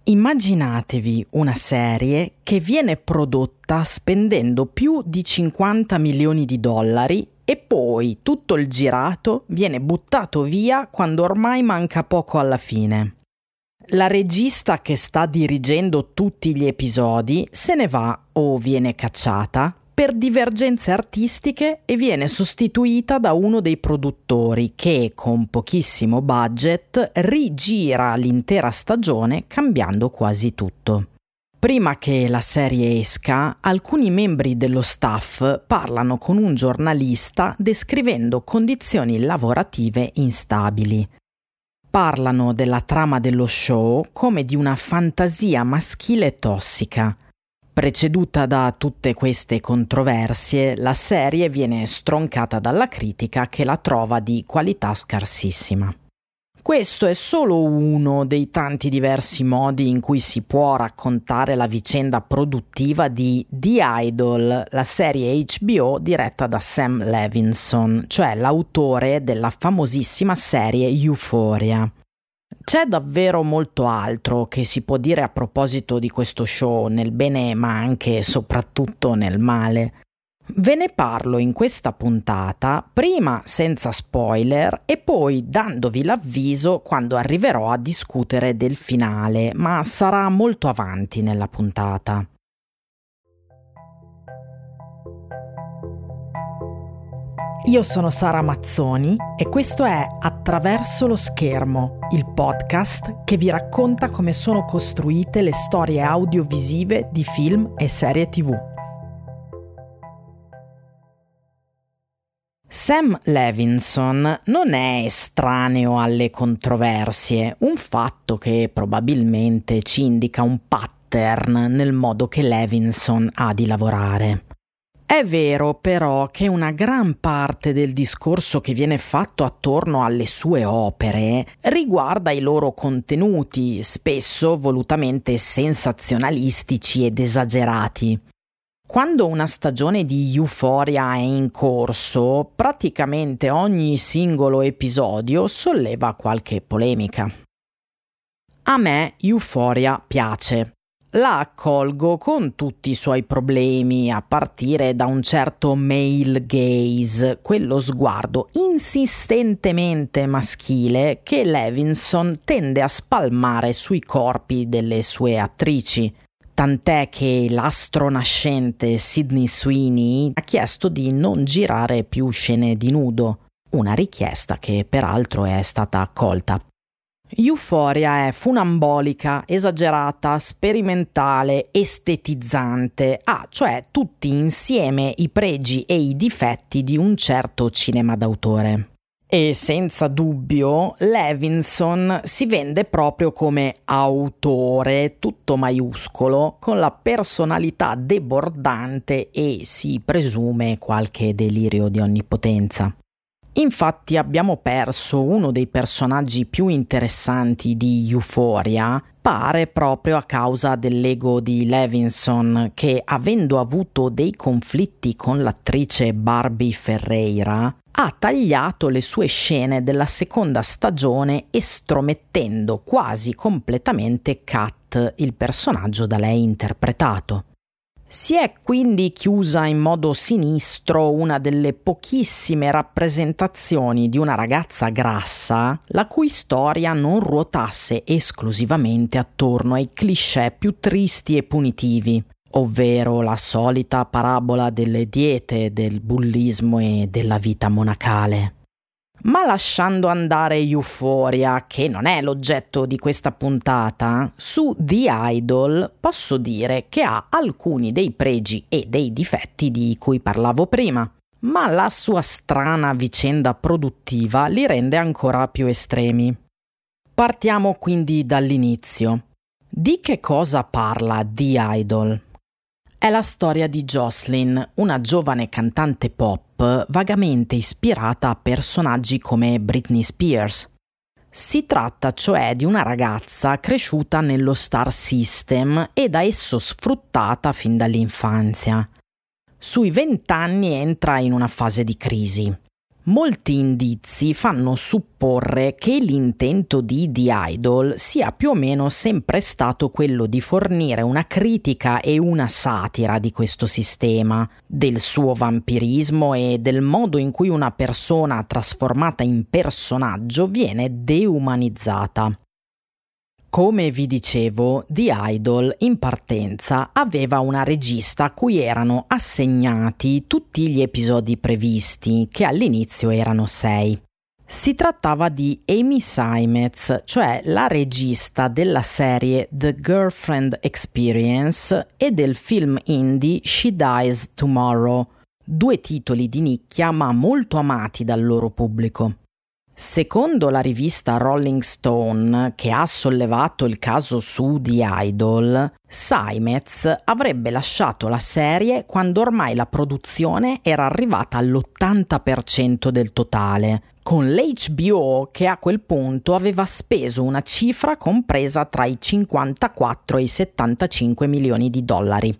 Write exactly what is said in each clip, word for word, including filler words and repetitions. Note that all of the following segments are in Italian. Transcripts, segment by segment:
Immaginatevi una serie che viene prodotta spendendo più di cinquanta milioni di dollari e poi tutto il girato viene buttato via quando ormai manca poco alla fine. La regista che sta dirigendo tutti gli episodi se ne va o viene cacciata per divergenze artistiche e viene sostituita da uno dei produttori che, con pochissimo budget, rigira l'intera stagione cambiando quasi tutto. Prima che la serie esca, alcuni membri dello staff parlano con un giornalista descrivendo condizioni lavorative instabili. Parlano della trama dello show come di una fantasia maschile tossica. Preceduta da tutte queste controversie, la serie viene stroncata dalla critica che la trova di qualità scarsissima. Questo è solo uno dei tanti diversi modi in cui si può raccontare la vicenda produttiva di The Idol, la serie H B O diretta da Sam Levinson, cioè l'autore della famosissima serie Euphoria. C'è davvero molto altro che si può dire a proposito di questo show, nel bene ma anche e soprattutto nel male. Ve ne parlo in questa puntata, prima senza spoiler e poi dandovi l'avviso quando arriverò a discutere del finale, ma sarà molto avanti nella puntata. Io sono Sara Mazzoni e questo è Attraverso lo schermo, il podcast che vi racconta come sono costruite le storie audiovisive di film e serie tivù. Sam Levinson non è estraneo alle controversie, un fatto che probabilmente ci indica un pattern nel modo che Levinson ha di lavorare. È vero però che una gran parte del discorso che viene fatto attorno alle sue opere riguarda i loro contenuti, spesso volutamente sensazionalistici ed esagerati. Quando una stagione di Euphoria è in corso, praticamente ogni singolo episodio solleva qualche polemica. A me Euphoria piace. La accolgo con tutti i suoi problemi, a partire da un certo male gaze, quello sguardo insistentemente maschile che Levinson tende a spalmare sui corpi delle sue attrici. Tant'è che l'astro nascente Sydney Sweeney ha chiesto di non girare più scene di nudo, una richiesta che peraltro è stata accolta. Euphoria è funambolica, esagerata, sperimentale, estetizzante, ha cioè tutti insieme i pregi e i difetti di un certo cinema d'autore. E senza dubbio Levinson si vende proprio come autore, tutto maiuscolo, con la personalità debordante e si presume qualche delirio di onnipotenza. Infatti abbiamo perso uno dei personaggi più interessanti di Euphoria, pare proprio a causa dell'ego di Levinson che, avendo avuto dei conflitti con l'attrice Barbie Ferreira, ha tagliato le sue scene della seconda stagione estromettendo quasi completamente Kat, il personaggio da lei interpretato. Si è quindi chiusa in modo sinistro una delle pochissime rappresentazioni di una ragazza grassa la cui storia non ruotasse esclusivamente attorno ai cliché più tristi e punitivi, ovvero la solita parabola delle diete, del bullismo e della vita monacale. Ma lasciando andare Euphoria, che non è l'oggetto di questa puntata, su The Idol posso dire che ha alcuni dei pregi e dei difetti di cui parlavo prima, ma la sua strana vicenda produttiva li rende ancora più estremi. Partiamo quindi dall'inizio. Di che cosa parla The Idol? È la storia di Jocelyn, una giovane cantante pop vagamente ispirata a personaggi come Britney Spears. Si tratta cioè di una ragazza cresciuta nello star system e da esso sfruttata fin dall'infanzia. Sui vent'anni entra in una fase di crisi. Molti indizi fanno supporre che l'intento di The Idol sia più o meno sempre stato quello di fornire una critica e una satira di questo sistema, del suo vampirismo e del modo in cui una persona trasformata in personaggio viene deumanizzata. Come vi dicevo, The Idol in partenza aveva una regista a cui erano assegnati tutti gli episodi previsti, che all'inizio erano sei. Si trattava di Amy Seimetz, cioè la regista della serie The Girlfriend Experience e del film indie She Dies Tomorrow, due titoli di nicchia ma molto amati dal loro pubblico. Secondo la rivista Rolling Stone, che ha sollevato il caso su The Idol, Seimetz avrebbe lasciato la serie quando ormai la produzione era arrivata all'ottanta per cento del totale, con l'H B O che a quel punto aveva speso una cifra compresa tra i cinquantaquattro e i settantacinque milioni di dollari.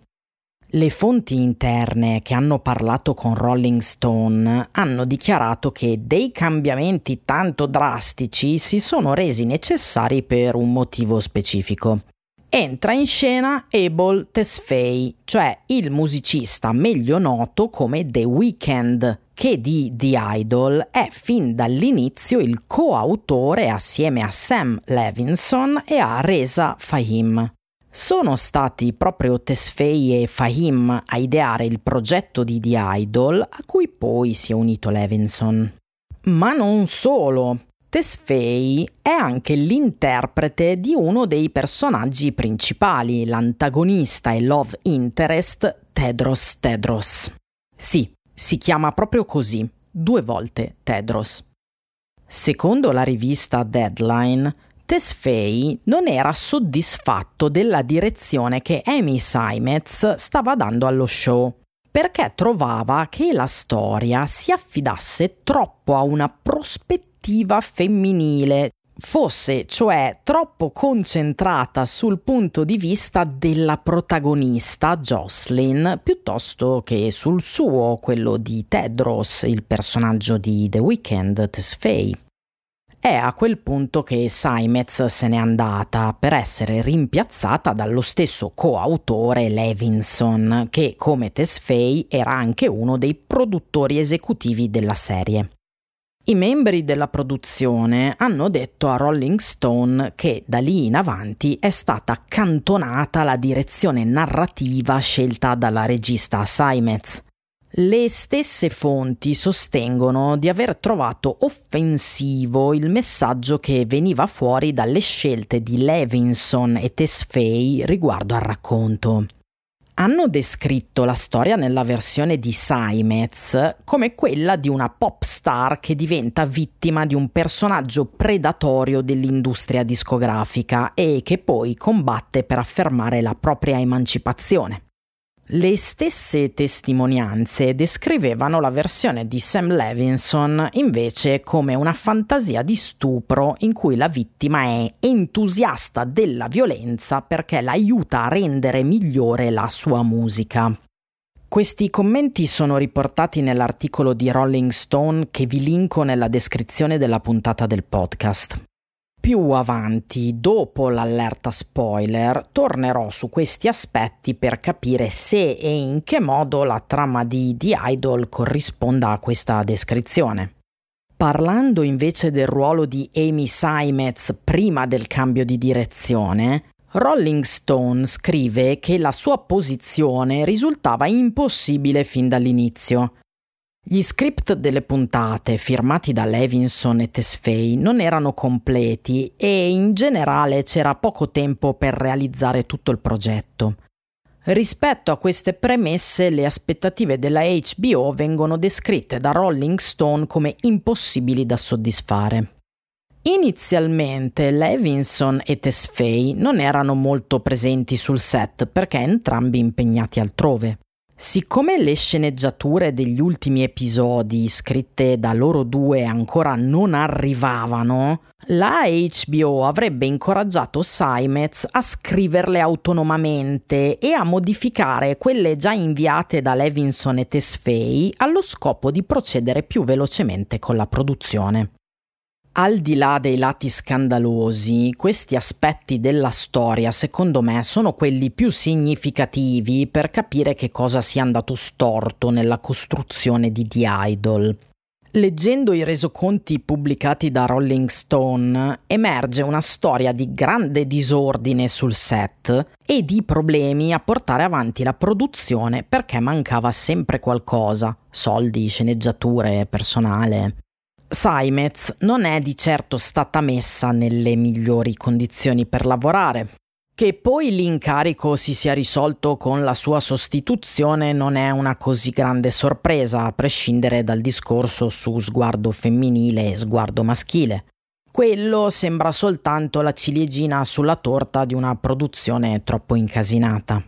Le fonti interne che hanno parlato con Rolling Stone hanno dichiarato che dei cambiamenti tanto drastici si sono resi necessari per un motivo specifico. Entra in scena Abel Tesfaye, cioè il musicista meglio noto come The Weeknd, che di The Idol è fin dall'inizio il coautore assieme a Sam Levinson e a Reza Fahim. Sono stati proprio Tesfaye e Fahim a ideare il progetto di The Idol, a cui poi si è unito Levinson. Ma non solo. Tesfaye è anche l'interprete di uno dei personaggi principali, l'antagonista e love interest Tedros Tedros. Sì, si chiama proprio così, due volte Tedros. Secondo la rivista Deadline, Tesfaye non era soddisfatto della direzione che Amy Seimetz stava dando allo show, perché trovava che la storia si affidasse troppo a una prospettiva femminile, fosse cioè troppo concentrata sul punto di vista della protagonista Jocelyn piuttosto che sul suo, quello di Tedros, il personaggio di The Weeknd, Tesfaye. È a quel punto che Seimetz se n'è andata per essere rimpiazzata dallo stesso coautore Levinson, che come Tesfaye era anche uno dei produttori esecutivi della serie. I membri della produzione hanno detto a Rolling Stone che da lì in avanti è stata accantonata la direzione narrativa scelta dalla regista Seimetz. Le stesse fonti sostengono di aver trovato offensivo il messaggio che veniva fuori dalle scelte di Levinson e Tesfaye riguardo al racconto. Hanno descritto la storia nella versione di Seimetz come quella di una pop star che diventa vittima di un personaggio predatorio dell'industria discografica e che poi combatte per affermare la propria emancipazione. Le stesse testimonianze descrivevano la versione di Sam Levinson invece come una fantasia di stupro in cui la vittima è entusiasta della violenza perché l'aiuta a rendere migliore la sua musica. Questi commenti sono riportati nell'articolo di Rolling Stone che vi linko nella descrizione della puntata del podcast. Più avanti, dopo l'allerta spoiler, tornerò su questi aspetti per capire se e in che modo la trama di The Idol corrisponda a questa descrizione. Parlando invece del ruolo di Amy Seimetz prima del cambio di direzione, Rolling Stone scrive che la sua posizione risultava impossibile fin dall'inizio. Gli script delle puntate firmati da Levinson e Tesfaye non erano completi e in generale c'era poco tempo per realizzare tutto il progetto. Rispetto a queste premesse, le aspettative della H B O vengono descritte da Rolling Stone come impossibili da soddisfare. Inizialmente Levinson e Tesfaye non erano molto presenti sul set perché entrambi impegnati altrove. Siccome le sceneggiature degli ultimi episodi scritte da loro due ancora non arrivavano, la H B O avrebbe incoraggiato Simez a scriverle autonomamente e a modificare quelle già inviate da Levinson e Tesfaye allo scopo di procedere più velocemente con la produzione. Al di là dei lati scandalosi, questi aspetti della storia, secondo me, sono quelli più significativi per capire che cosa sia andato storto nella costruzione di The Idol. Leggendo i resoconti pubblicati da Rolling Stone, emerge una storia di grande disordine sul set e di problemi a portare avanti la produzione perché mancava sempre qualcosa: soldi, sceneggiature, personale. Simez non è di certo stata messa nelle migliori condizioni per lavorare. Che poi l'incarico si sia risolto con la sua sostituzione non è una così grande sorpresa, a prescindere dal discorso su sguardo femminile e sguardo maschile. Quello sembra soltanto la ciliegina sulla torta di una produzione troppo incasinata.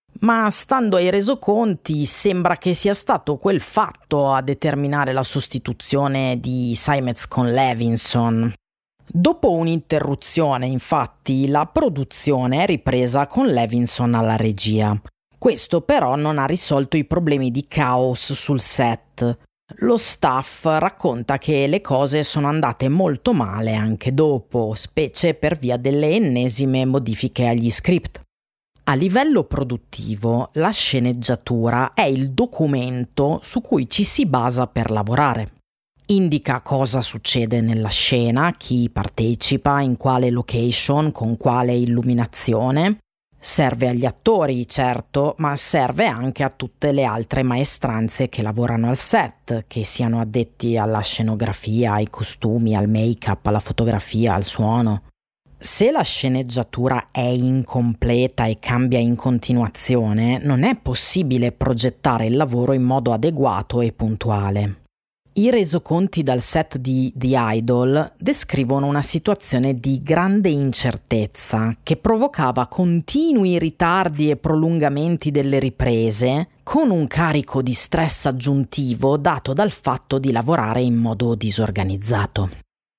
Ma stando ai resoconti sembra che sia stato quel fatto a determinare la sostituzione di Simez con Levinson. Dopo un'interruzione, infatti, la produzione è ripresa con Levinson alla regia. Questo però non ha risolto i problemi di caos sul set. Lo staff racconta che le cose sono andate molto male anche dopo, specie per via delle ennesime modifiche agli script. A livello produttivo, la sceneggiatura è il documento su cui ci si basa per lavorare. Indica cosa succede nella scena, chi partecipa, in quale location, con quale illuminazione. Serve agli attori, certo, ma serve anche a tutte le altre maestranze che lavorano al set, che siano addetti alla scenografia, ai costumi, al make-up, alla fotografia, al suono. Se la sceneggiatura è incompleta e cambia in continuazione, non è possibile progettare il lavoro in modo adeguato e puntuale. I resoconti dal set di The Idol descrivono una situazione di grande incertezza che provocava continui ritardi e prolungamenti delle riprese, con un carico di stress aggiuntivo dato dal fatto di lavorare in modo disorganizzato.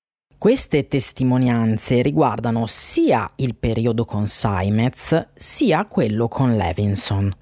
Queste testimonianze riguardano sia il periodo con Simez sia quello con Levinson.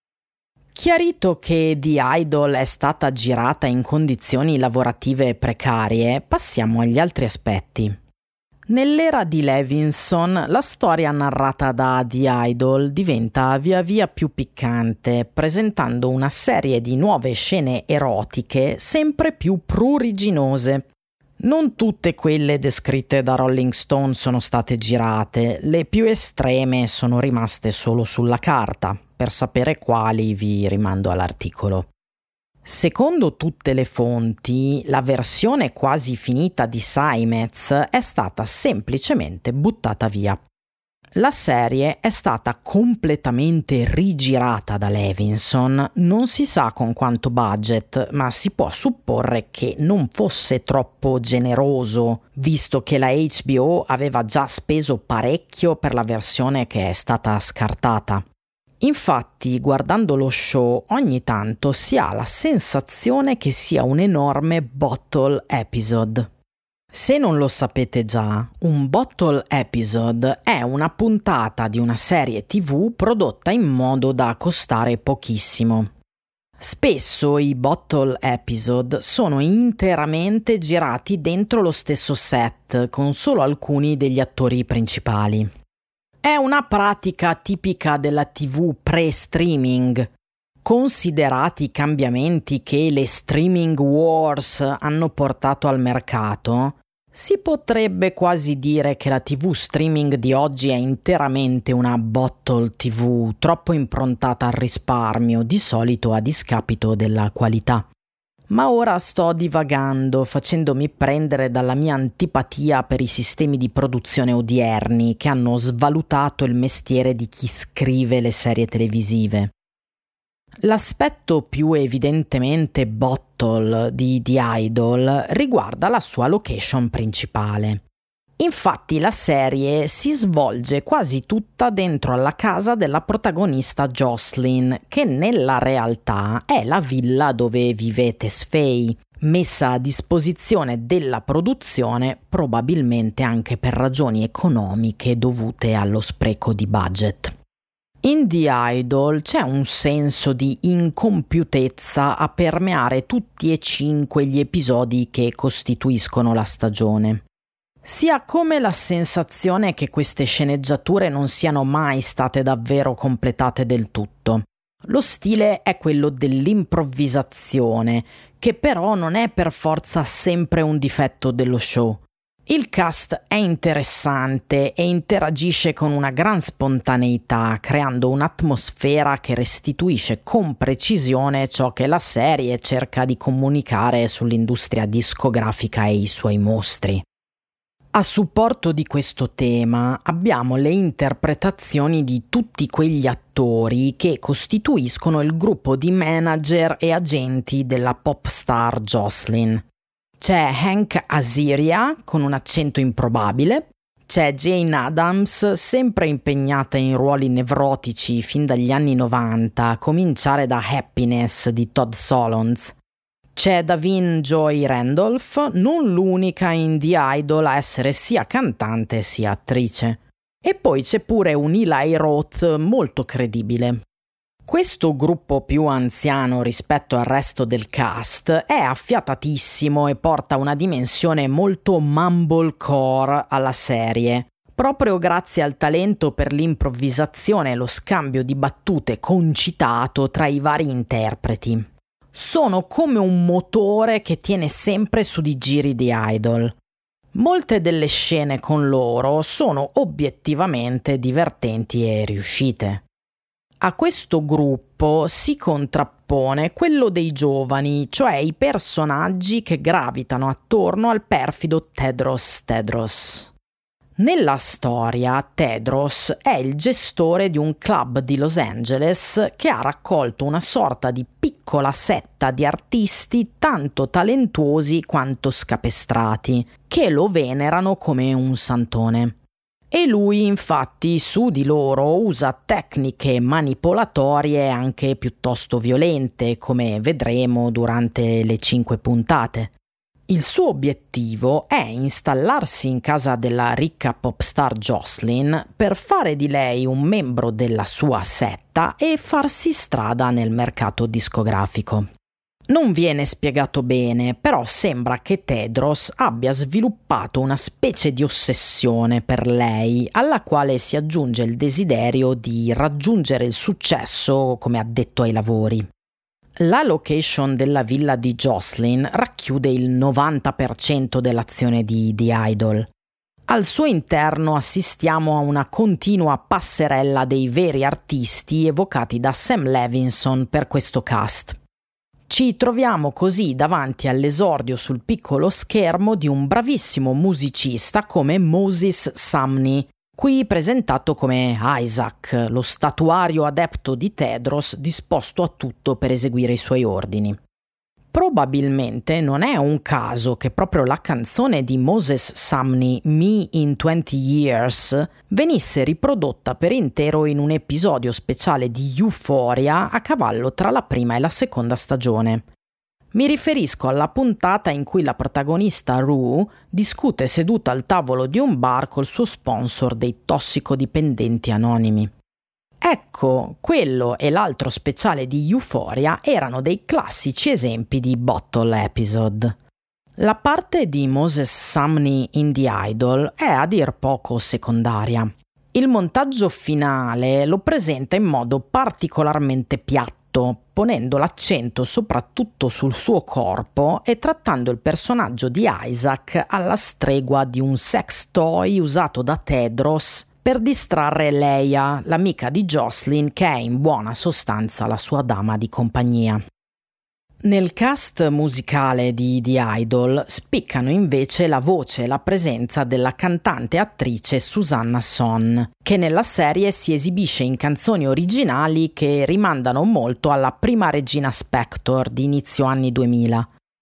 Chiarito che The Idol è stata girata in condizioni lavorative precarie, passiamo agli altri aspetti. Nell'era di Levinson, la storia narrata da The Idol diventa via via più piccante, presentando una serie di nuove scene erotiche sempre più pruriginose. Non tutte quelle descritte da Rolling Stone sono state girate, le più estreme sono rimaste solo sulla carta. Per sapere quali vi rimando all'articolo. Secondo tutte le fonti, la versione quasi finita di Simez è stata semplicemente buttata via. La serie è stata completamente rigirata da Levinson, non si sa con quanto budget, ma si può supporre che non fosse troppo generoso, visto che la H B O aveva già speso parecchio per la versione che è stata scartata. Infatti, guardando lo show, ogni tanto si ha la sensazione che sia un enorme bottle episode. Se non lo sapete già, un bottle episode è una puntata di una serie tivù prodotta in modo da costare pochissimo. Spesso i bottle episode sono interamente girati dentro lo stesso set, con solo alcuni degli attori principali. È una pratica tipica della tivù pre-streaming. Considerati i cambiamenti che le streaming wars hanno portato al mercato, si potrebbe quasi dire che la tivù streaming di oggi è interamente una bottle tivù, troppo improntata al risparmio, di solito a discapito della qualità. Ma ora sto divagando, facendomi prendere dalla mia antipatia per i sistemi di produzione odierni che hanno svalutato il mestiere di chi scrive le serie televisive. L'aspetto più evidentemente bottle di The Idol riguarda la sua location principale. Infatti la serie si svolge quasi tutta dentro alla casa della protagonista Jocelyn, che nella realtà è la villa dove vive Tesfaye, messa a disposizione della produzione probabilmente anche per ragioni economiche dovute allo spreco di budget. In The Idol c'è un senso di incompiutezza a permeare tutti e cinque gli episodi che costituiscono la stagione. Si ha come la sensazione che queste sceneggiature non siano mai state davvero completate del tutto. Lo stile è quello dell'improvvisazione, che però non è per forza sempre un difetto dello show. Il cast è interessante e interagisce con una gran spontaneità, creando un'atmosfera che restituisce con precisione ciò che la serie cerca di comunicare sull'industria discografica e i suoi mostri. A supporto di questo tema abbiamo le interpretazioni di tutti quegli attori che costituiscono il gruppo di manager e agenti della pop star Jocelyn. C'è Hank Azaria con un accento improbabile, c'è Jane Adams sempre impegnata in ruoli nevrotici fin dagli anni novanta, a cominciare da Happiness di Todd Solondz. C'è Da'Vine Joy Randolph, non l'unica in The Idol a essere sia cantante sia attrice. E poi c'è pure un Eli Roth molto credibile. Questo gruppo più anziano rispetto al resto del cast è affiatatissimo e porta una dimensione molto mumblecore alla serie, proprio grazie al talento per l'improvvisazione e lo scambio di battute concitato tra i vari interpreti. Sono come un motore che tiene sempre su di giri di Idol. Molte delle scene con loro sono obiettivamente divertenti e riuscite. A questo gruppo si contrappone quello dei giovani, cioè i personaggi che gravitano attorno al perfido Tedros Tedros. Nella storia, Tedros è il gestore di un club di Los Angeles che ha raccolto una sorta di piccola setta di artisti tanto talentuosi quanto scapestrati, che lo venerano come un santone. E lui, infatti, su di loro usa tecniche manipolatorie anche piuttosto violente, come vedremo durante le cinque puntate. Il suo obiettivo è installarsi in casa della ricca pop star Jocelyn per fare di lei un membro della sua setta e farsi strada nel mercato discografico. Non viene spiegato bene, però sembra che Tedros abbia sviluppato una specie di ossessione per lei, alla quale si aggiunge il desiderio di raggiungere il successo come addetto ai lavori. La location della villa di Jocelyn racchiude il novanta per cento dell'azione di The Idol. Al suo interno assistiamo a una continua passerella dei veri artisti evocati da Sam Levinson per questo cast. Ci troviamo così davanti all'esordio sul piccolo schermo di un bravissimo musicista come Moses Sumney, qui presentato come Isaac, lo statuario adepto di Tedros disposto a tutto per eseguire i suoi ordini. Probabilmente non è un caso che proprio la canzone di Moses Sumney, Me in twenty years, venisse riprodotta per intero in un episodio speciale di Euphoria a cavallo tra la prima e la seconda stagione. Mi riferisco alla puntata in cui la protagonista Rue discute seduta al tavolo di un bar col suo sponsor dei tossicodipendenti anonimi. Ecco, quello e l'altro speciale di Euphoria erano dei classici esempi di bottle episode. La parte di Moses Sumney in The Idol è a dir poco secondaria. Il montaggio finale lo presenta in modo particolarmente piatto, ponendo l'accento soprattutto sul suo corpo e trattando il personaggio di Isaac alla stregua di un sex toy usato da Tedros per distrarre Leia, l'amica di Jocelyn, che è in buona sostanza la sua dama di compagnia. Nel cast musicale di The Idol spiccano invece la voce e la presenza della cantante e attrice Susanna Son, che nella serie si esibisce in canzoni originali che rimandano molto alla prima regina Spector di inizio anni duemila.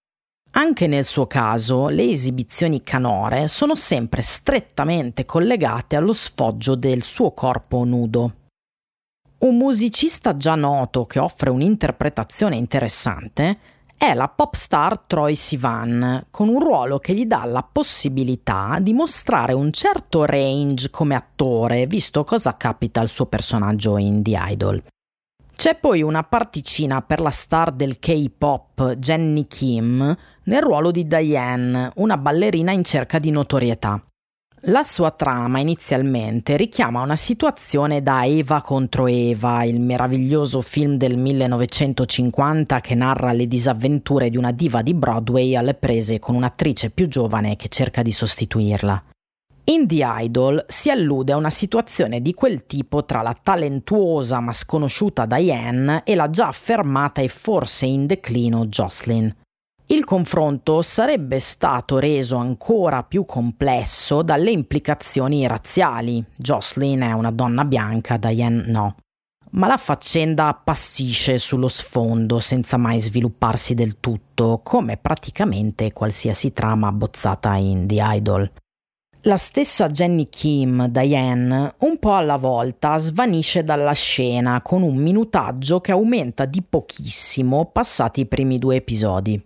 Anche nel suo caso, le esibizioni canore sono sempre strettamente collegate allo sfoggio del suo corpo nudo. Un musicista già noto che offre un'interpretazione interessante è la pop star Troye Sivan, con un ruolo che gli dà la possibilità di mostrare un certo range come attore, visto cosa capita al suo personaggio in The Idol. C'è poi una particina per la star del K-pop Jennie Kim nel ruolo di Diane, una ballerina in cerca di notorietà. La sua trama inizialmente richiama una situazione da Eva contro Eva, il meraviglioso film del millenovecentocinquanta che narra le disavventure di una diva di Broadway alle prese con un'attrice più giovane che cerca di sostituirla. In The Idol si allude a una situazione di quel tipo tra la talentuosa ma sconosciuta Diane e la già affermata e forse in declino Jocelyn. Il confronto sarebbe stato reso ancora più complesso dalle implicazioni razziali. Jocelyn è una donna bianca, Diane no. Ma la faccenda appassisce sullo sfondo senza mai svilupparsi del tutto, come praticamente qualsiasi trama abbozzata in The Idol. La stessa Jennie Kim, Diane, un po' alla volta svanisce dalla scena con un minutaggio che aumenta di pochissimo passati i primi due episodi.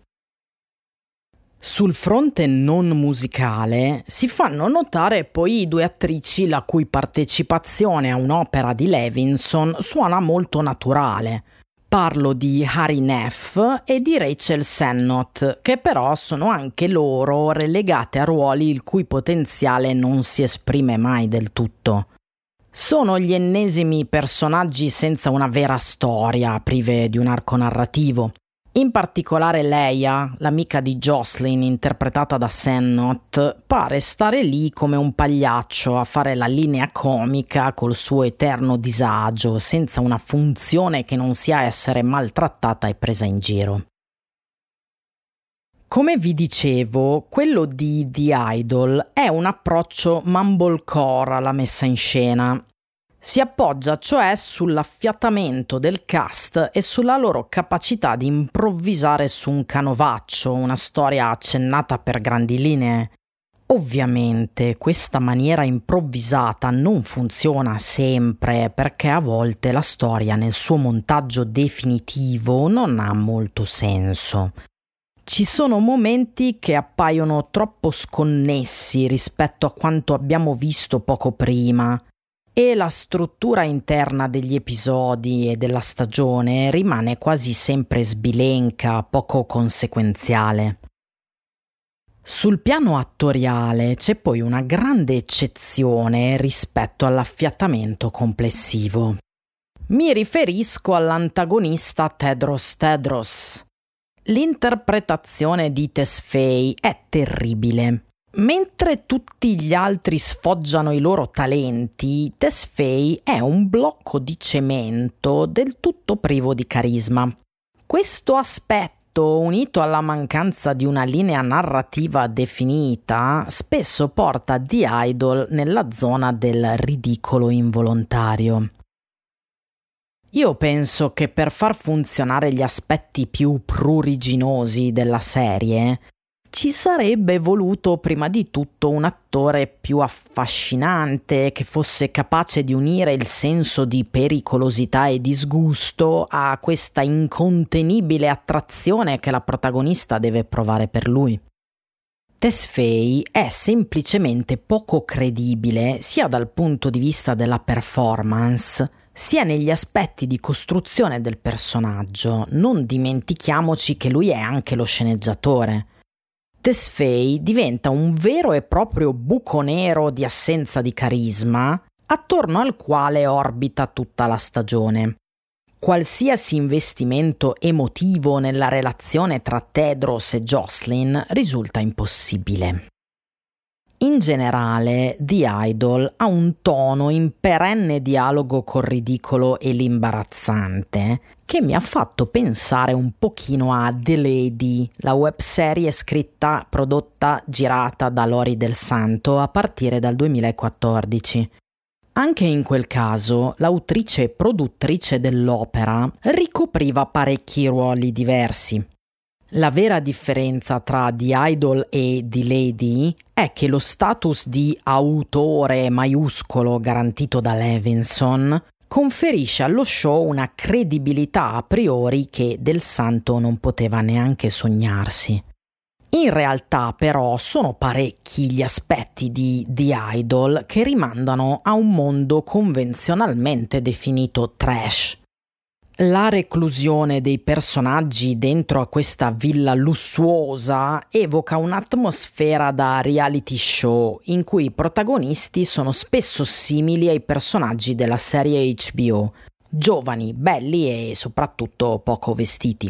Sul fronte non musicale si fanno notare poi due attrici la cui partecipazione a un'opera di Levinson suona molto naturale. Parlo di Hari Nef e di Rachel Sennott, che però sono anche loro relegate a ruoli il cui potenziale non si esprime mai del tutto. Sono gli ennesimi personaggi senza una vera storia, prive di un arco narrativo. In particolare Leia, l'amica di Jocelyn interpretata da Sennott, pare stare lì come un pagliaccio a fare la linea comica col suo eterno disagio, senza una funzione che non sia essere maltrattata e presa in giro. Come vi dicevo, quello di The Idol è un approccio mumblecore alla messa in scena. Si appoggia cioè sull'affiatamento del cast e sulla loro capacità di improvvisare su un canovaccio, una storia accennata per grandi linee. Ovviamente questa maniera improvvisata non funziona sempre, perché a volte la storia nel suo montaggio definitivo non ha molto senso. Ci sono momenti che appaiono troppo sconnessi rispetto a quanto abbiamo visto poco prima, e la struttura interna degli episodi e della stagione rimane quasi sempre sbilenca, poco conseguenziale. Sul piano attoriale c'è poi una grande eccezione rispetto all'affiatamento complessivo. Mi riferisco all'antagonista Tedros Tedros. L'interpretazione di Tesfaye è terribile. Mentre tutti gli altri sfoggiano i loro talenti, Tesfaye è un blocco di cemento del tutto privo di carisma. Questo aspetto, unito alla mancanza di una linea narrativa definita, spesso porta The Idol nella zona del ridicolo involontario. Io penso che per far funzionare gli aspetti più pruriginosi della serie ci sarebbe voluto prima di tutto un attore più affascinante, che fosse capace di unire il senso di pericolosità e disgusto a questa incontenibile attrazione che la protagonista deve provare per lui. Tesfaye è semplicemente poco credibile sia dal punto di vista della performance, sia negli aspetti di costruzione del personaggio. Non dimentichiamoci che lui è anche lo sceneggiatore. Tesfaye diventa un vero e proprio buco nero di assenza di carisma, attorno al quale orbita tutta la stagione. Qualsiasi investimento emotivo nella relazione tra Tedros e Jocelyn risulta impossibile. In generale, The Idol ha un tono in perenne dialogo col ridicolo e l'imbarazzante, che mi ha fatto pensare un pochino a The Lady, la webserie scritta, prodotta, girata da Lori Del Santo a partire dal duemilaquattordici. Anche in quel caso, l'autrice e produttrice dell'opera ricopriva parecchi ruoli diversi. La vera differenza tra The Idol e The Lady è che lo status di autore maiuscolo garantito da Levinson conferisce allo show una credibilità a priori che Del Santo non poteva neanche sognarsi. In realtà però sono parecchi gli aspetti di The Idol che rimandano a un mondo convenzionalmente definito trash. La reclusione dei personaggi dentro a questa villa lussuosa evoca un'atmosfera da reality show in cui i protagonisti sono spesso simili ai personaggi della serie H B O, giovani, belli e soprattutto poco vestiti.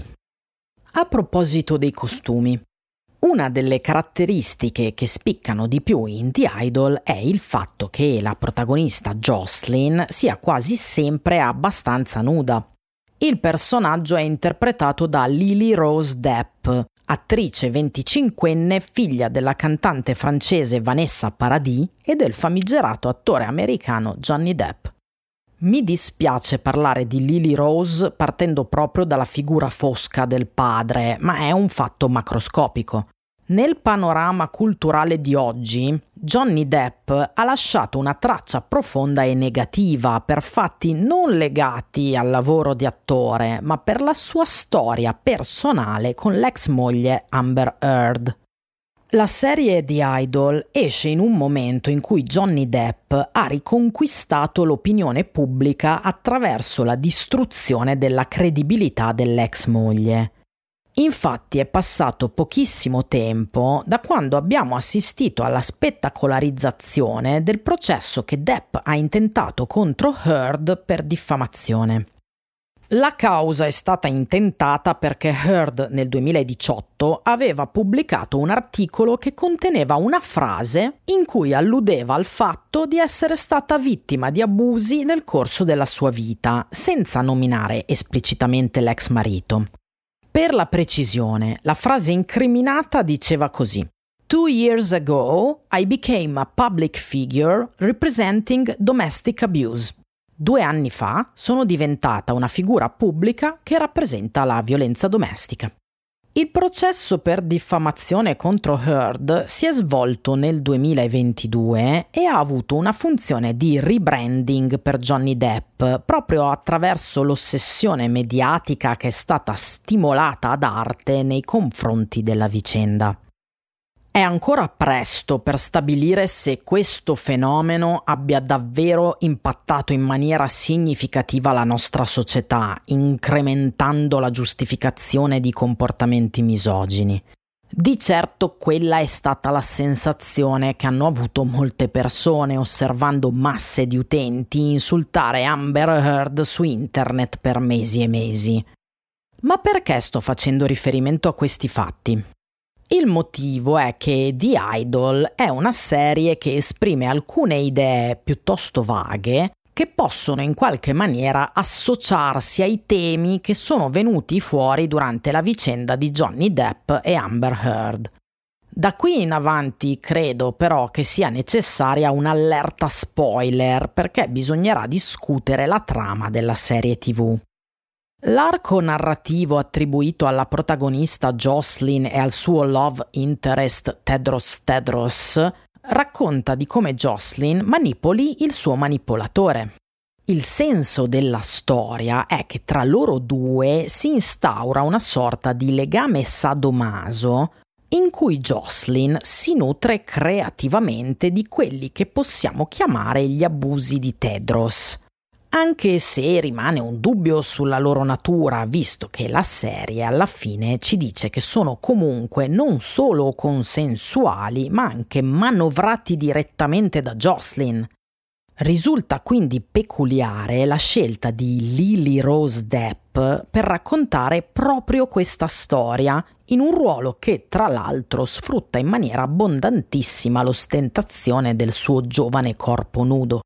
A proposito dei costumi, una delle caratteristiche che spiccano di più in The Idol è il fatto che la protagonista Jocelyn sia quasi sempre abbastanza nuda. Il personaggio è interpretato da Lily Rose Depp, attrice venticinquenne, figlia della cantante francese Vanessa Paradis e del famigerato attore americano Johnny Depp. Mi dispiace parlare di Lily Rose partendo proprio dalla figura fosca del padre, ma è un fatto macroscopico. Nel panorama culturale di oggi, Johnny Depp ha lasciato una traccia profonda e negativa per fatti non legati al lavoro di attore, ma per la sua storia personale con l'ex moglie Amber Heard. La serie The Idol esce in un momento in cui Johnny Depp ha riconquistato l'opinione pubblica attraverso la distruzione della credibilità dell'ex moglie. Infatti è passato pochissimo tempo da quando abbiamo assistito alla spettacolarizzazione del processo che Depp ha intentato contro Heard per diffamazione. La causa è stata intentata perché Heard nel duemiladiciotto aveva pubblicato un articolo che conteneva una frase in cui alludeva al fatto di essere stata vittima di abusi nel corso della sua vita, senza nominare esplicitamente l'ex marito. Per la precisione, la frase incriminata diceva così: Two years ago, I became a public figure representing domestic abuse. Due anni fa sono diventata una figura pubblica che rappresenta la violenza domestica. Il processo per diffamazione contro Heard si è svolto nel duemilaventidue e ha avuto una funzione di rebranding per Johnny Depp, proprio attraverso l'ossessione mediatica che è stata stimolata ad arte nei confronti della vicenda. È ancora presto per stabilire se questo fenomeno abbia davvero impattato in maniera significativa la nostra società, incrementando la giustificazione di comportamenti misogini. Di certo quella è stata la sensazione che hanno avuto molte persone osservando masse di utenti insultare Amber Heard su internet per mesi e mesi. Ma perché sto facendo riferimento a questi fatti? Il motivo è che The Idol è una serie che esprime alcune idee piuttosto vaghe che possono in qualche maniera associarsi ai temi che sono venuti fuori durante la vicenda di Johnny Depp e Amber Heard. Da qui in avanti credo però che sia necessaria un'allerta spoiler perché bisognerà discutere la trama della serie tivù. L'arco narrativo attribuito alla protagonista Jocelyn e al suo love interest Tedros Tedros racconta di come Jocelyn manipoli il suo manipolatore. Il senso della storia è che tra loro due si instaura una sorta di legame sadomaso in cui Jocelyn si nutre creativamente di quelli che possiamo chiamare gli abusi di Tedros. Anche se rimane un dubbio sulla loro natura, visto che la serie alla fine ci dice che sono comunque non solo consensuali, ma anche manovrati direttamente da Jocelyn. Risulta quindi peculiare la scelta di Lily Rose Depp per raccontare proprio questa storia, in un ruolo che tra l'altro sfrutta in maniera abbondantissima l'ostentazione del suo giovane corpo nudo.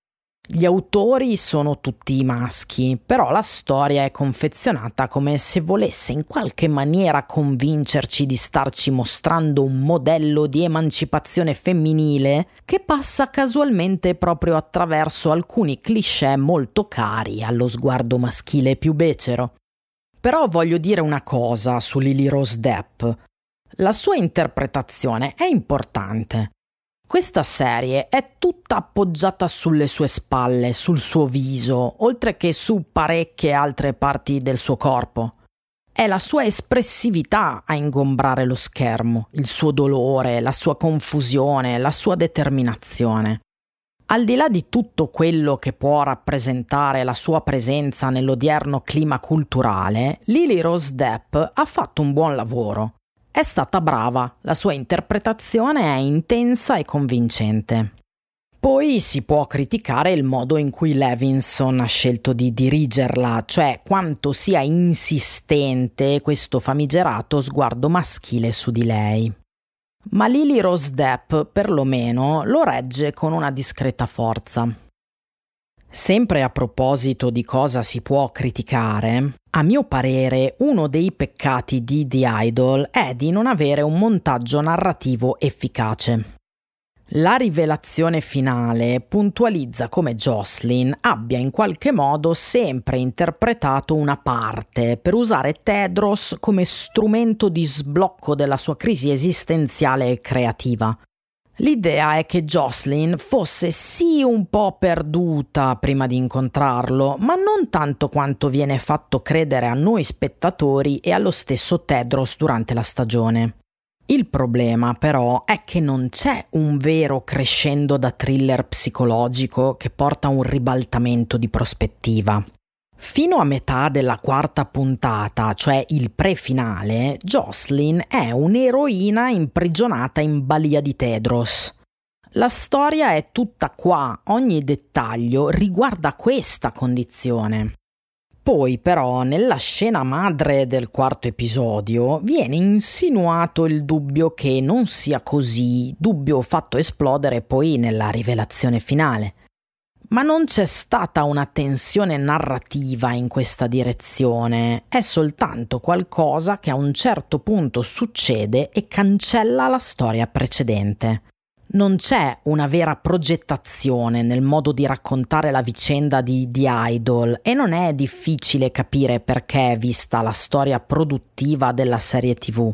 Gli autori sono tutti maschi, però la storia è confezionata come se volesse in qualche maniera convincerci di starci mostrando un modello di emancipazione femminile che passa casualmente proprio attraverso alcuni cliché molto cari allo sguardo maschile più becero. Però voglio dire una cosa su Lily Rose Depp. La sua interpretazione è importante. Questa serie è tutta appoggiata sulle sue spalle, sul suo viso, oltre che su parecchie altre parti del suo corpo. È la sua espressività a ingombrare lo schermo, il suo dolore, la sua confusione, la sua determinazione. Al di là di tutto quello che può rappresentare la sua presenza nell'odierno clima culturale, Lily Rose Depp ha fatto un buon lavoro. È stata brava, la sua interpretazione è intensa e convincente. Poi si può criticare il modo in cui Levinson ha scelto di dirigerla, cioè quanto sia insistente questo famigerato sguardo maschile su di lei. Ma Lily Rose Depp, perlomeno, lo regge con una discreta forza. Sempre a proposito di cosa si può criticare, a mio parere uno dei peccati di The Idol è di non avere un montaggio narrativo efficace. La rivelazione finale puntualizza come Jocelyn abbia in qualche modo sempre interpretato una parte per usare Tedros come strumento di sblocco della sua crisi esistenziale e creativa. L'idea è che Jocelyn fosse sì un po' perduta prima di incontrarlo, ma non tanto quanto viene fatto credere a noi spettatori e allo stesso Tedros durante la stagione. Il problema però è che non c'è un vero crescendo da thriller psicologico che porta a un ribaltamento di prospettiva. Fino a metà della quarta puntata, cioè il pre-finale, Jocelyn è un'eroina imprigionata in balia di Tedros. La storia è tutta qua, ogni dettaglio riguarda questa condizione. Poi però nella scena madre del quarto episodio viene insinuato il dubbio che non sia così, dubbio fatto esplodere poi nella rivelazione finale. Ma non c'è stata una tensione narrativa in questa direzione, è soltanto qualcosa che a un certo punto succede e cancella la storia precedente. Non c'è una vera progettazione nel modo di raccontare la vicenda di The Idol e non è difficile capire perché vista la storia produttiva della serie tivù.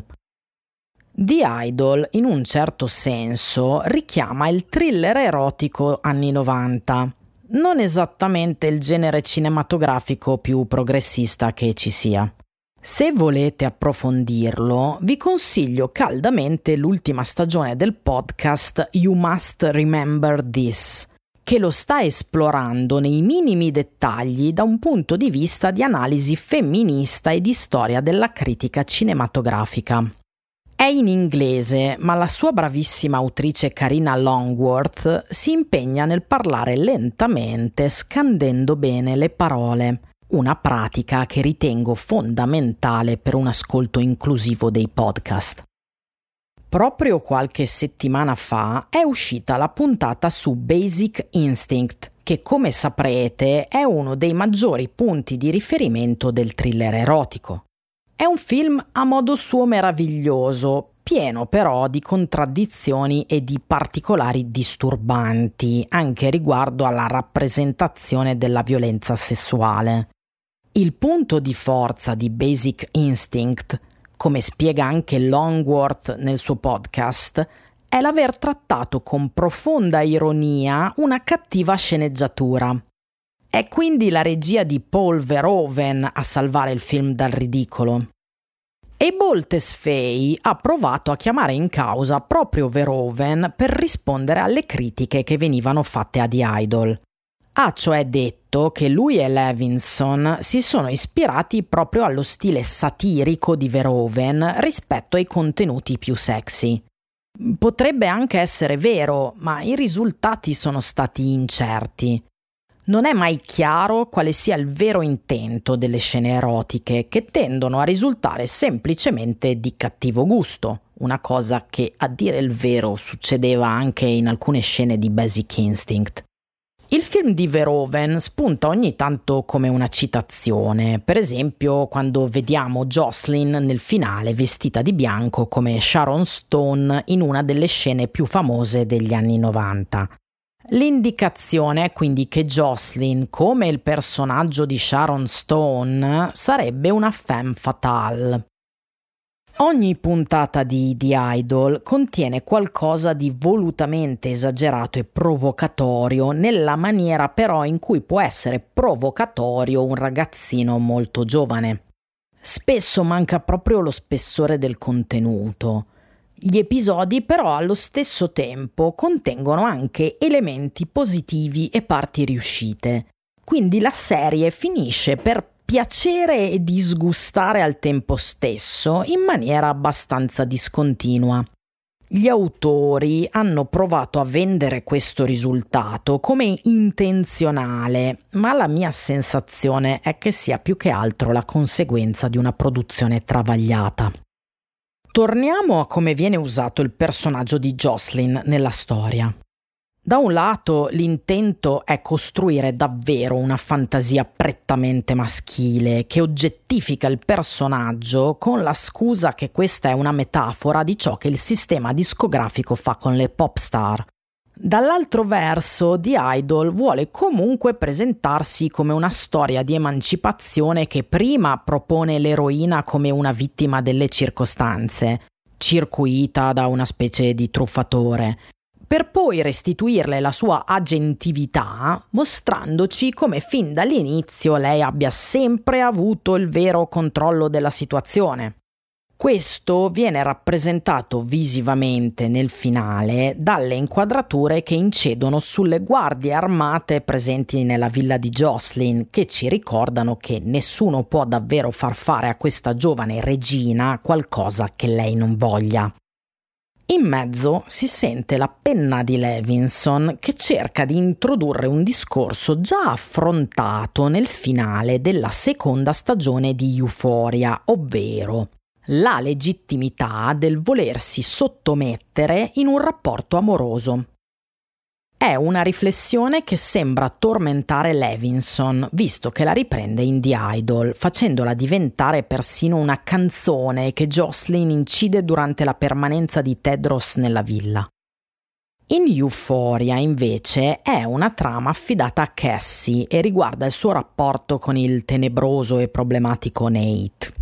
The Idol, in un certo senso, richiama il thriller erotico anni novanta, non esattamente il genere cinematografico più progressista che ci sia. Se volete approfondirlo, vi consiglio caldamente l'ultima stagione del podcast You Must Remember This, che lo sta esplorando nei minimi dettagli da un punto di vista di analisi femminista e di storia della critica cinematografica. È in inglese, ma la sua bravissima autrice Karina Longworth si impegna nel parlare lentamente, scandendo bene le parole. Una pratica che ritengo fondamentale per un ascolto inclusivo dei podcast. Proprio qualche settimana fa è uscita la puntata su Basic Instinct, che come saprete è uno dei maggiori punti di riferimento del thriller erotico. È un film a modo suo meraviglioso, pieno però di contraddizioni e di particolari disturbanti, anche riguardo alla rappresentazione della violenza sessuale. Il punto di forza di Basic Instinct, come spiega anche Longworth nel suo podcast, è l'aver trattato con profonda ironia una cattiva sceneggiatura. È quindi la regia di Paul Verhoeven a salvare il film dal ridicolo. E Boltesfei ha provato a chiamare in causa proprio Verhoeven per rispondere alle critiche che venivano fatte a The Idol. Ha cioè detto che lui e Levinson si sono ispirati proprio allo stile satirico di Verhoeven rispetto ai contenuti più sexy. Potrebbe anche essere vero, ma i risultati sono stati incerti. Non è mai chiaro quale sia il vero intento delle scene erotiche, che tendono a risultare semplicemente di cattivo gusto, una cosa che, a dire il vero, succedeva anche in alcune scene di Basic Instinct. Il film di Verhoeven spunta ogni tanto come una citazione, per esempio quando vediamo Jocelyn nel finale vestita di bianco come Sharon Stone in una delle scene più famose degli anni novanta. L'indicazione è quindi che Jocelyn, come il personaggio di Sharon Stone, sarebbe una femme fatale. Ogni puntata di The Idol contiene qualcosa di volutamente esagerato e provocatorio, nella maniera però in cui può essere provocatorio un ragazzino molto giovane. Spesso manca proprio lo spessore del contenuto. Gli episodi però allo stesso tempo contengono anche elementi positivi e parti riuscite. Quindi la serie finisce per piacere e disgustare al tempo stesso in maniera abbastanza discontinua. Gli autori hanno provato a vendere questo risultato come intenzionale, ma la mia sensazione è che sia più che altro la conseguenza di una produzione travagliata. Torniamo a come viene usato il personaggio di Jocelyn nella storia. Da un lato l'intento è costruire davvero una fantasia prettamente maschile che oggettifica il personaggio con la scusa che questa è una metafora di ciò che il sistema discografico fa con le pop star. Dall'altro verso, The Idol vuole comunque presentarsi come una storia di emancipazione che prima propone l'eroina come una vittima delle circostanze, circuita da una specie di truffatore, per poi restituirle la sua agentività, mostrandoci come fin dall'inizio lei abbia sempre avuto il vero controllo della situazione. Questo viene rappresentato visivamente nel finale dalle inquadrature che incidono sulle guardie armate presenti nella villa di Jocelyn, che ci ricordano che nessuno può davvero far fare a questa giovane regina qualcosa che lei non voglia. In mezzo si sente la penna di Levinson che cerca di introdurre un discorso già affrontato nel finale della seconda stagione di Euphoria, ovvero la legittimità del volersi sottomettere in un rapporto amoroso. È una riflessione che sembra tormentare Levinson, visto che la riprende in The Idol, facendola diventare persino una canzone che Jocelyn incide durante la permanenza di Tedros nella villa. In Euphoria, invece, è una trama affidata a Cassie e riguarda il suo rapporto con il tenebroso e problematico Nate.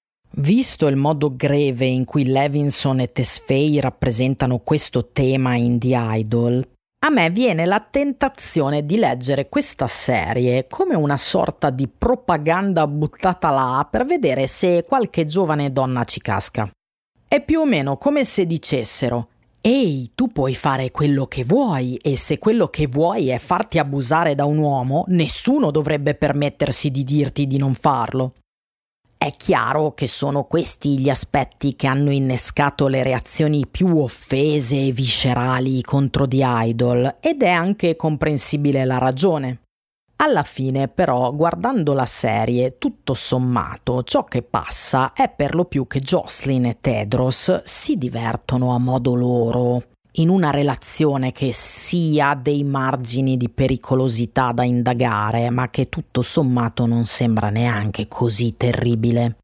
Visto il modo greve in cui Levinson e Tesfaye rappresentano questo tema in The Idol, a me viene la tentazione di leggere questa serie come una sorta di propaganda buttata là per vedere se qualche giovane donna ci casca. È più o meno come se dicessero: «Ehi, tu puoi fare quello che vuoi e se quello che vuoi è farti abusare da un uomo, nessuno dovrebbe permettersi di dirti di non farlo». È chiaro che sono questi gli aspetti che hanno innescato le reazioni più offese e viscerali contro The Idol, ed è anche comprensibile la ragione. Alla fine, però, guardando la serie, tutto sommato, ciò che passa è per lo più che Jocelyn e Tedros si divertono a modo loro, in una relazione che sì ha dei margini di pericolosità da indagare, ma che tutto sommato non sembra neanche così terribile.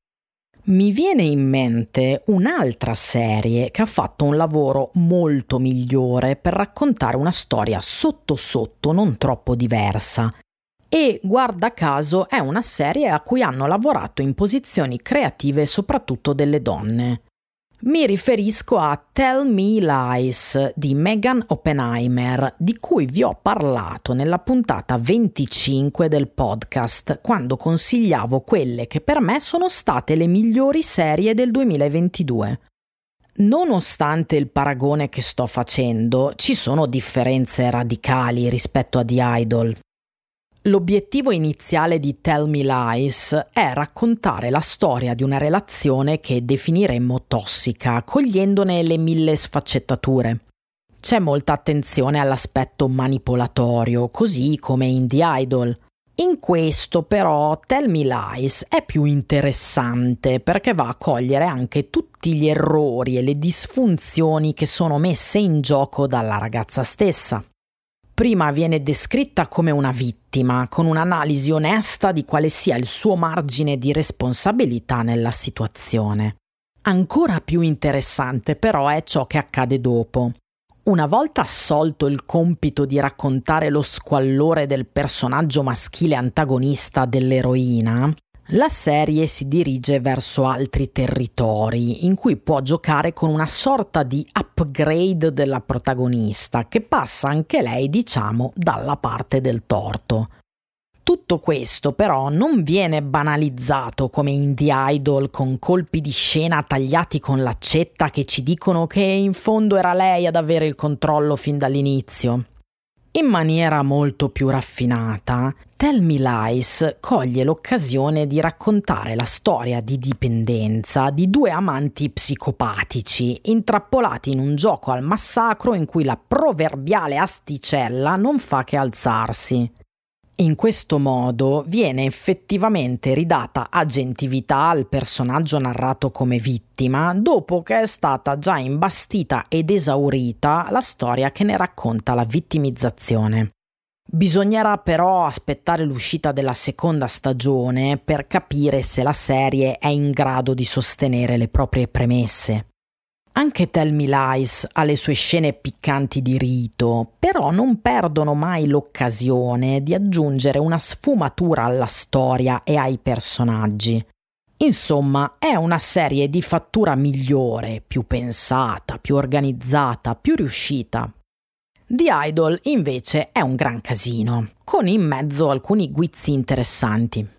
Mi viene in mente un'altra serie che ha fatto un lavoro molto migliore per raccontare una storia sotto sotto non troppo diversa. E, guarda caso, è una serie a cui hanno lavorato in posizioni creative soprattutto delle donne. Mi riferisco a Tell Me Lies di Megan Oppenheimer, di cui vi ho parlato nella puntata venticinque del podcast, quando consigliavo quelle che per me sono state le migliori serie del duemilaventidue. Nonostante il paragone che sto facendo, ci sono differenze radicali rispetto a The Idol. L'obiettivo iniziale di Tell Me Lies è raccontare la storia di una relazione che definiremmo tossica, cogliendone le mille sfaccettature. C'è molta attenzione all'aspetto manipolatorio, così come in The Idol. In questo, però, Tell Me Lies è più interessante perché va a cogliere anche tutti gli errori e le disfunzioni che sono messe in gioco dalla ragazza stessa. Prima viene descritta come una vittima, con un'analisi onesta di quale sia il suo margine di responsabilità nella situazione. Ancora più interessante però è ciò che accade dopo. Una volta assolto il compito di raccontare lo squallore del personaggio maschile antagonista dell'eroina, la serie si dirige verso altri territori in cui può giocare con una sorta di upgrade della protagonista che passa anche lei, diciamo, dalla parte del torto. Tutto questo però non viene banalizzato come in The Idol con colpi di scena tagliati con l'accetta che ci dicono che in fondo era lei ad avere il controllo fin dall'inizio. In maniera molto più raffinata, Tell Me Lies coglie l'occasione di raccontare la storia di dipendenza di due amanti psicopatici intrappolati in un gioco al massacro in cui la proverbiale asticella non fa che alzarsi. In questo modo viene effettivamente ridata agentività al personaggio narrato come vittima dopo che è stata già imbastita ed esaurita la storia che ne racconta la vittimizzazione. Bisognerà però aspettare l'uscita della seconda stagione per capire se la serie è in grado di sostenere le proprie premesse. Anche Tell Me Lies ha le sue scene piccanti di rito, però non perdono mai l'occasione di aggiungere una sfumatura alla storia e ai personaggi. Insomma, è una serie di fattura migliore, più pensata, più organizzata, più riuscita. The Idol invece è un gran casino, con in mezzo alcuni guizzi interessanti.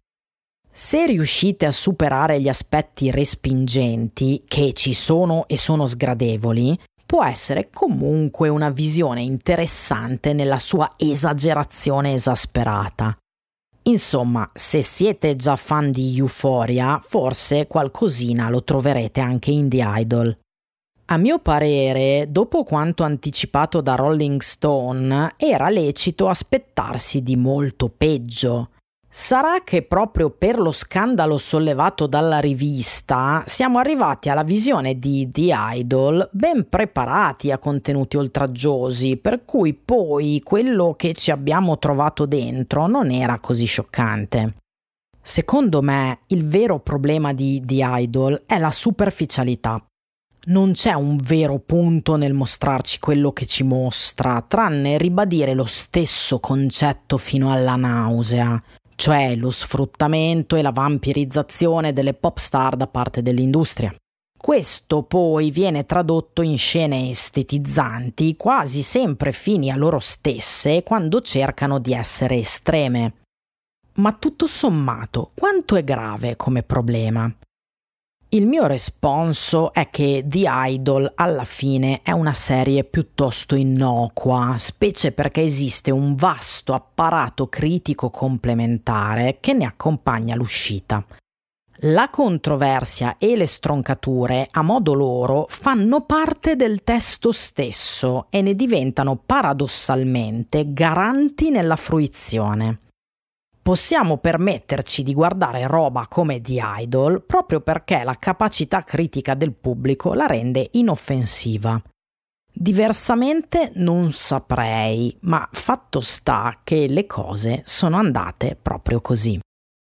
Se riuscite a superare gli aspetti respingenti, che ci sono e sono sgradevoli, può essere comunque una visione interessante nella sua esagerazione esasperata. Insomma, se siete già fan di Euphoria, forse qualcosina lo troverete anche in The Idol. A mio parere, dopo quanto anticipato da Rolling Stone, era lecito aspettarsi di molto peggio. Sarà che proprio per lo scandalo sollevato dalla rivista siamo arrivati alla visione di The Idol ben preparati a contenuti oltraggiosi, per cui poi quello che ci abbiamo trovato dentro non era così scioccante. Secondo me il vero problema di The Idol è la superficialità. Non c'è un vero punto nel mostrarci quello che ci mostra, tranne ribadire lo stesso concetto fino alla nausea, cioè lo sfruttamento e la vampirizzazione delle pop star da parte dell'industria. Questo poi viene tradotto in scene estetizzanti, quasi sempre fini a loro stesse quando cercano di essere estreme. Ma tutto sommato, quanto è grave come problema? Il mio responso è che The Idol alla fine è una serie piuttosto innocua, specie perché esiste un vasto apparato critico complementare che ne accompagna l'uscita. La controversia e le stroncature, a modo loro, fanno parte del testo stesso e ne diventano paradossalmente garanti nella fruizione. Possiamo permetterci di guardare roba come The Idol proprio perché la capacità critica del pubblico la rende inoffensiva. Diversamente non saprei, ma fatto sta che le cose sono andate proprio così.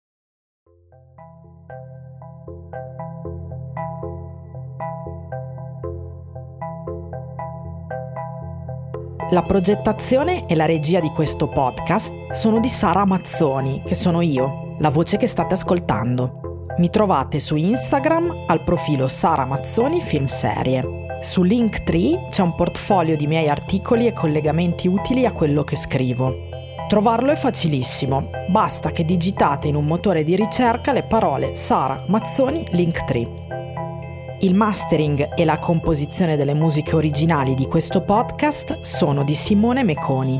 La progettazione e la regia di questo podcast sono di Sara Mazzoni, che sono io, la voce che state ascoltando. Mi trovate su Instagram al profilo Sara Mazzoni Film Serie. Su Linktree c'è un portfolio di miei articoli e collegamenti utili a quello che scrivo. Trovarlo è facilissimo, basta che digitate in un motore di ricerca le parole Sara Mazzoni Linktree. Il mastering e la composizione delle musiche originali di questo podcast sono di Simone Meconi.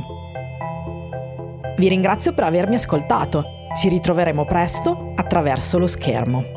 Vi ringrazio per avermi ascoltato. Ci ritroveremo presto attraverso lo schermo.